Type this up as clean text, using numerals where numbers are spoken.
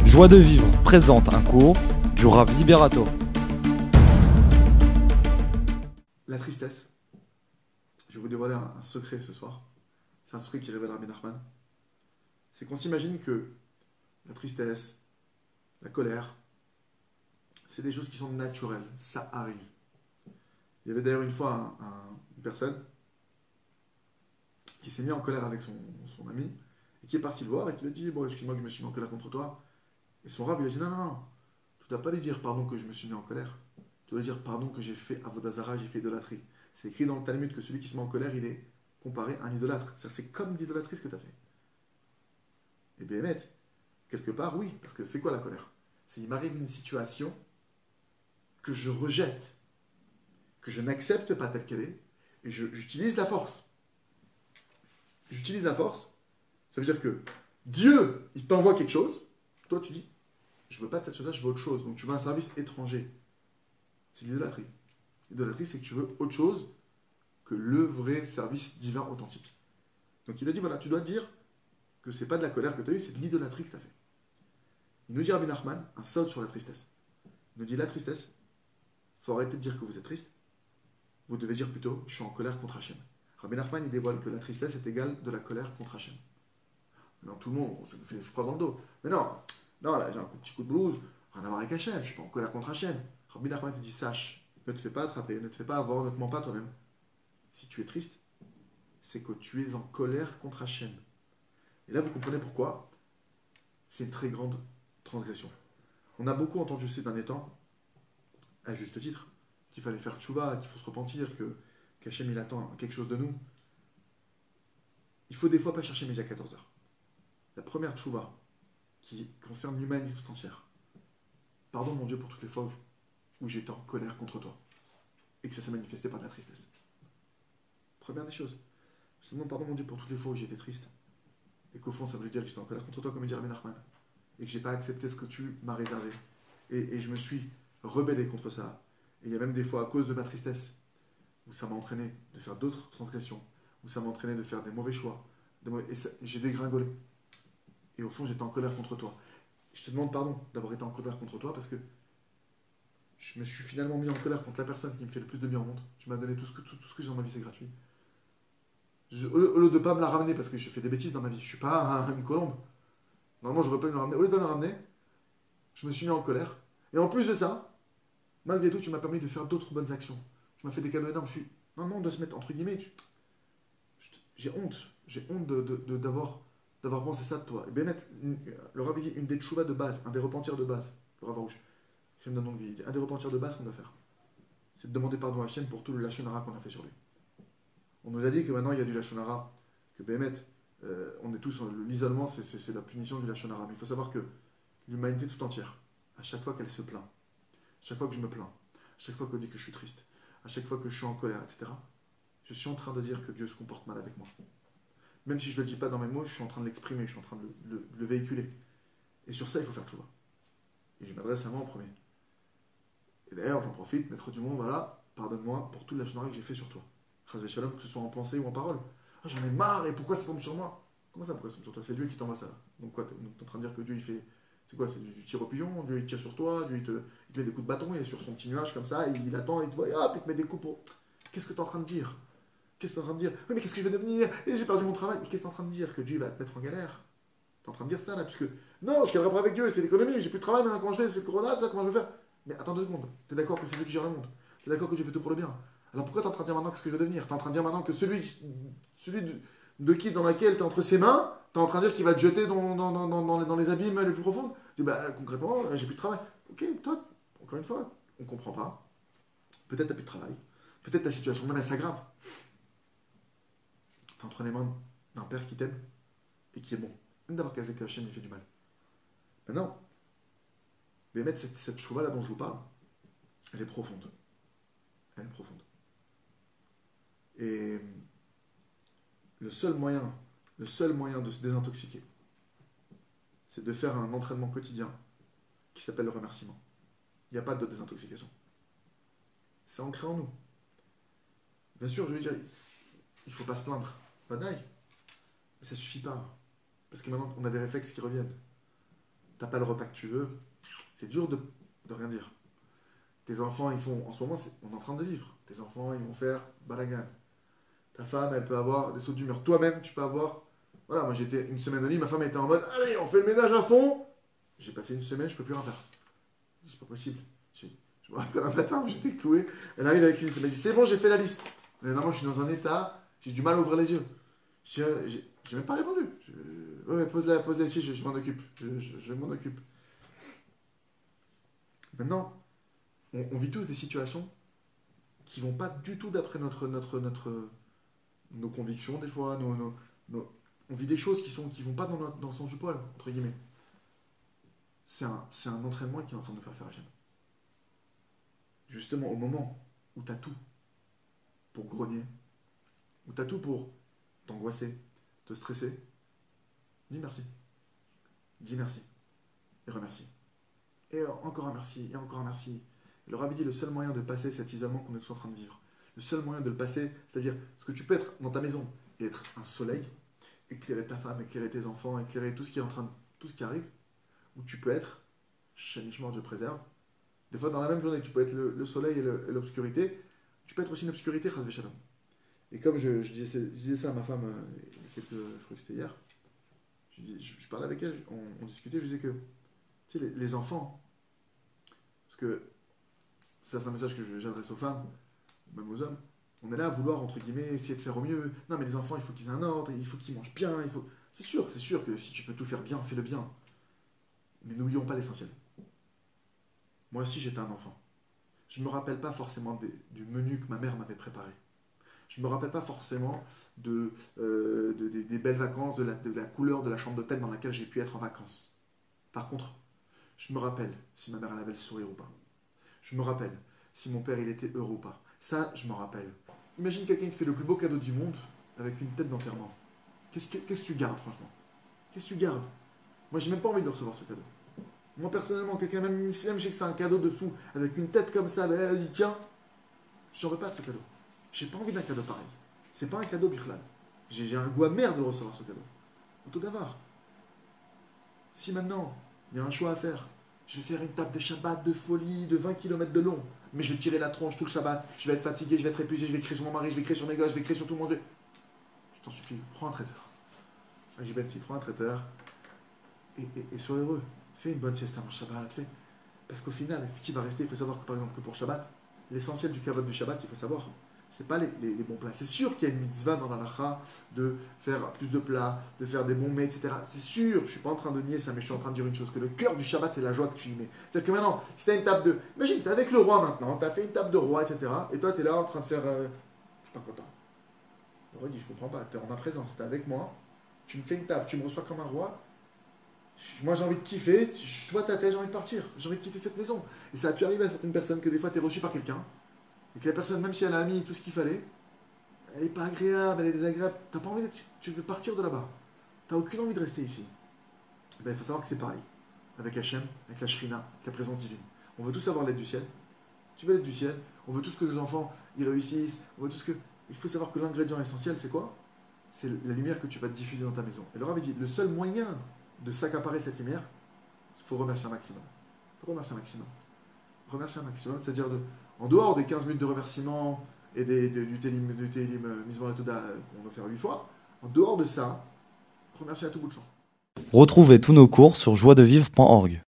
Joie de vivre présente un cours du Rav Liberato. La tristesse. Je vais vous dévoiler un secret ce soir. C'est un secret qui révèle Rabbi Nachman. C'est qu'on s'imagine que la tristesse, la colère, c'est des choses qui sont naturelles. Ça arrive. Il y avait d'ailleurs une fois une personne qui s'est mis en colère avec son ami et qui est parti le voir et qui lui a dit: bon, excuse-moi que je me suis mis en colère contre toi. Et son Rav lui a dit: non, non, non, tu ne dois pas lui dire pardon que je me suis mis en colère. Tu dois lui dire pardon que j'ai fait avodazara, j'ai fait idolâtrie. C'est écrit dans le Talmud que celui qui se met en colère, il est comparé à un idolâtre. C'est comme d'idolâtrie ce que tu as fait. Et bien, quelque part, oui, parce que c'est quoi la colère? C'est il m'arrive une situation que je rejette, que je n'accepte pas telle qu'elle est, et j'utilise la force. J'utilise la force, ça veut dire que Dieu, il t'envoie quelque chose, toi tu dis: je veux pas de cette chose-là, je veux autre chose. Donc tu veux un service étranger. C'est l'idolâtrie. L'idolâtrie, c'est que tu veux autre chose que le vrai service divin authentique. Donc il a dit: voilà, tu dois dire que c'est pas de la colère que tu as eue, c'est de l'idolâtrie que tu as fait. Il nous dit, Rabbi Nachman, un saut sur la tristesse. Il nous dit: la tristesse, il faut arrêter de dire que vous êtes triste. Vous devez dire plutôt: je suis en colère contre Hachem. Rabbi Nachman, il dévoile que la tristesse est égale de la colère contre Hachem. Non, tout le monde, ça nous fait froid dans le dos. Mais non, là, j'ai un petit coup de blues, rien à voir avec Hachem, je suis pas en colère contre Hachem. Rabbi Nachman te dit: sache, ne te fais pas attraper, ne te fais pas avoir, ne te mens pas toi-même. Si tu es triste, c'est que tu es en colère contre Hachem. Et là, vous comprenez pourquoi c'est une très grande transgression. On a beaucoup entendu ces derniers temps, à juste titre, qu'il fallait faire tchouva, qu'il faut se repentir, qu'Hachem il attend quelque chose de nous. Il faut des fois pas chercher midi à 14h. La première tchouva, qui concerne l'humanité tout entière. Pardon mon Dieu pour toutes les fois où j'étais en colère contre toi, et que ça s'est manifesté par de la tristesse. Première des choses. Je te demande pardon mon Dieu pour toutes les fois où j'étais triste, et qu'au fond ça voulait dire que j'étais en colère contre toi, comme dit Rabbi Nachman, et que j'ai pas accepté ce que tu m'as réservé, et je me suis rebellé contre ça. Et il y a même des fois, à cause de ma tristesse, où ça m'a entraîné de faire d'autres transgressions, où ça m'a entraîné de faire des mauvais choix, et j'ai dégringolé. Et au fond, j'étais en colère contre toi. Je te demande pardon d'avoir été en colère contre toi, parce que je me suis finalement mis en colère contre la personne qui me fait le plus de bien au monde. Tu m'as donné tout ce que j'ai dans ma vie, c'est gratuit. Au lieu de ne pas me la ramener, parce que j'ai fait des bêtises dans ma vie, je suis pas une colombe. Normalement, j'aurais pas me la ramener. Au lieu de me la ramener, je me suis mis en colère. Et en plus de ça, malgré tout, tu m'as permis de faire d'autres bonnes actions. Tu m'as fait des cadeaux énormes. Normalement, on doit se mettre entre guillemets. J'ai honte. J'ai honte d'avoir pensé ça de toi. Et Bennett, le Rav dit une des tchouvas de base, un des repentirs de base, le Rav Rouge, je me donne donc un des repentirs de base qu'on doit faire, c'est de demander pardon à Hachem pour tout le lachonara qu'on a fait sur lui. On nous a dit que maintenant il y a du lachonara, que Bennett, on est tous, l'isolement c'est la punition du lachonara. Mais il faut savoir que l'humanité tout entière, à chaque fois qu'elle se plaint, à chaque fois que je me plains, à chaque fois qu'on dit que je suis triste, à chaque fois que je suis en colère, etc., je suis en train de dire que Dieu se comporte mal avec moi. Même si je ne le dis pas dans mes mots, je suis en train de l'exprimer, je suis en train de le véhiculer. Et sur ça, il faut faire tchouva. Et je m'adresse à moi en premier. Et d'ailleurs, j'en profite, maître du monde, voilà, pardonne-moi pour tout le lachonara que j'ai fait sur toi. Chazvé shalom, que ce soit en pensée ou en parole. Ah, j'en ai marre, et pourquoi ça tombe sur moi? Comment ça, pourquoi ça tombe sur toi? C'est Dieu qui t'envoie ça. Donc quoi, t'es en train de dire que Dieu, il fait... C'est quoi? C'est du tir au pigeon? Dieu, il tire sur toi, Dieu, il te met des coups de bâton, il est sur son petit nuage comme ça, il attend, il te voit, et hop, il te met des coups pour... Qu'est-ce que t'es en train de dire? Qu'est-ce que tu es en train de dire? Oui, mais qu'est-ce que je vais devenir? Et j'ai perdu mon travail. Mais qu'est-ce que tu es en train de dire? Que Dieu va te mettre en galère? Tu es en train de dire ça là? Puisque non, quel rapport avec Dieu? C'est l'économie, j'ai plus de travail maintenant. Comment je fais? C'est le corona, ça, comment je vais faire? Mais attends 2 secondes. Tu es d'accord que c'est Dieu qui gère le monde? Tu es d'accord que Dieu fait tout pour le bien? Alors pourquoi tu es en train de dire maintenant qu'est-ce que je vais devenir? Tu es en train de dire maintenant que celui de qui, dans laquelle tu es entre ses mains, tu es en train de dire qu'il va te jeter dans les abîmes les plus profonds? Tu dis, bah concrètement, j'ai plus de travail. Ok, toi, encore une fois, on comprend pas. Peut-être tu n'as plus de travail. Peut-être ta situation même elle s'aggrave. T'es entre les mains d'un père qui t'aime et qui est bon. Même d'avoir casé que Hachem il fait du mal. Maintenant, mais mettre cette chouva là dont je vous parle, elle est profonde. Elle est profonde. Et le seul moyen de se désintoxiquer, c'est de faire un entraînement quotidien qui s'appelle le remerciement. Il n'y a pas de désintoxication. C'est ancré en nous. Bien sûr, je veux dire, il ne faut pas se plaindre. Pas d'ail. Mais ça ne suffit pas. Parce que maintenant, on a des réflexes qui reviennent. t'as pas le repas que tu veux, c'est dur de rien dire. Tes enfants, ils font, en ce moment, on est en train de vivre. Tes enfants, ils vont faire balagan. Ta femme, elle peut avoir des sauts d'humeur. Toi-même, tu peux avoir. Voilà, moi j'étais une semaine au lit, ma femme était en mode allez, on fait le ménage à fond. J'ai passé une semaine, je peux plus rien faire. C'est pas possible. Je me rappelle un matin où j'étais cloué. Elle arrive avec une liste. Elle m'a dit c'est bon, j'ai fait la liste. Mais normalement, je suis dans un état, j'ai du mal à ouvrir les yeux. J'ai même pas répondu. Ouais, pose-la ici, je m'en occupe. Je m'en occupe. Maintenant, on vit tous des situations qui vont pas du tout d'après nos convictions, des fois. On vit des choses qui vont pas dans le sens du poil, entre guillemets. C'est un entraînement qui est en train de nous faire Hachem. Justement, au moment où tu as tout pour grogner, où tu as tout pour t'angoisser, te stresser, dis merci. Dis merci. Et remercie. Et encore un merci, et encore un merci. Et le Rabbi dit le seul moyen de passer cet isolement qu'on est tous en train de vivre, le seul moyen de le passer, c'est-à-dire ce que tu peux être dans ta maison et être un soleil, éclairer ta femme, éclairer tes enfants, éclairer tout ce qui est en train de, tout ce qui arrive, ou tu peux être, Shanichmor Dieu préserve, des fois dans la même journée, tu peux être le soleil et l'obscurité, tu peux être aussi une obscurité, Chas Veshalom. Et comme je disais ça à ma femme, il y a quelques, je crois que c'était hier, je parlais avec elle, on discutait, je disais que, tu sais, les enfants, parce que ça c'est un message que j'adresse aux femmes, même aux hommes, on est là à vouloir, entre guillemets, essayer de faire au mieux. Non, mais les enfants, il faut qu'ils aient un ordre, il faut qu'ils mangent bien, il faut... C'est sûr que si tu peux tout faire bien, fais-le bien. Mais n'oublions pas l'essentiel. Moi aussi, j'étais un enfant. Je ne me rappelle pas forcément du menu que ma mère m'avait préparé. Je ne me rappelle pas forcément des belles vacances, de la couleur de la chambre d'hôtel dans laquelle j'ai pu être en vacances. Par contre, je me rappelle si ma mère elle avait le sourire ou pas. Je me rappelle si mon père il était heureux ou pas. Ça, je me rappelle. Imagine quelqu'un qui te fait le plus beau cadeau du monde avec une tête d'enterrement. Qu'est-ce que tu gardes, franchement? Qu'est-ce que tu gardes? Moi, j'ai même pas envie de recevoir ce cadeau. Moi, personnellement, quelqu'un, même si je sais que c'est un cadeau de fou, avec une tête comme ça, ben, elle dit tiens, j'en veux pas de ce cadeau. J'ai pas envie d'un cadeau pareil. C'est pas un cadeau bichlal. J'ai un goût amer de recevoir ce cadeau. Auto d'avoir. Si maintenant, il y a un choix à faire, je vais faire une table de Shabbat de folie de 20 km de long, mais je vais tirer la tronche tout le Shabbat, je vais être fatigué, je vais être épuisé, je vais crier sur mon mari, je vais crier sur mes gosses, je vais crier sur tout le monde. Je t'en supplie, prends un traiteur. Prends un traiteur et sois heureux. Fais une bonne sieste avant Shabbat. Parce qu'au final, ce qui va rester, il faut savoir que par exemple que pour Shabbat, l'essentiel du kavod du Shabbat, il faut savoir, c'est pas les bons plats. C'est sûr qu'il y a une mitzvah dans la lacha de faire plus de plats, de faire des bons mets, etc. C'est sûr, je suis pas en train de nier ça, mais je suis en train de dire une chose, que le cœur du Shabbat, c'est la joie que tu y mets. C'est-à-dire que maintenant, si tu as une table de... Imagine, tu es avec le roi maintenant, tu as fait une table de roi, etc. Et toi, tu es là en train de faire... Je suis pas content. Le roi dit, je comprends pas, tu es en ma présence, tu es avec moi, tu me fais une table, tu me reçois comme un roi. Moi, j'ai envie de kiffer, je vois ta tête, j'ai envie de partir, j'ai envie de quitter cette maison. Et ça a pu arriver à certaines personnes que des fois, tu es reçu par quelqu'un, et que la personne, même si elle a mis tout ce qu'il fallait, elle n'est pas agréable, elle est désagréable. T'as pas envie d'être... Tu veux partir de là-bas. T'as aucune envie de rester ici. Et ben, il faut savoir que c'est pareil. Avec Hachem, avec la Shrina, avec la présence divine. On veut tous avoir l'aide du ciel. Tu veux l'aide du ciel. On veut tous que nos enfants y réussissent. On veut tous que... Il faut savoir que l'ingrédient essentiel, c'est quoi? C'est la lumière que tu vas diffuser dans ta maison. Et le Rav dit, le seul moyen de s'accaparer cette lumière, il faut remercier un maximum. Il faut remercier un maximum. Remercier un maximum, c'est-à-dire en dehors des 15 minutes de remerciement et du télim Mizmor Toda qu'on va faire 8 fois, en dehors de ça, remercier à tout bout de champ. Retrouvez tous nos cours sur joiedevivre.org.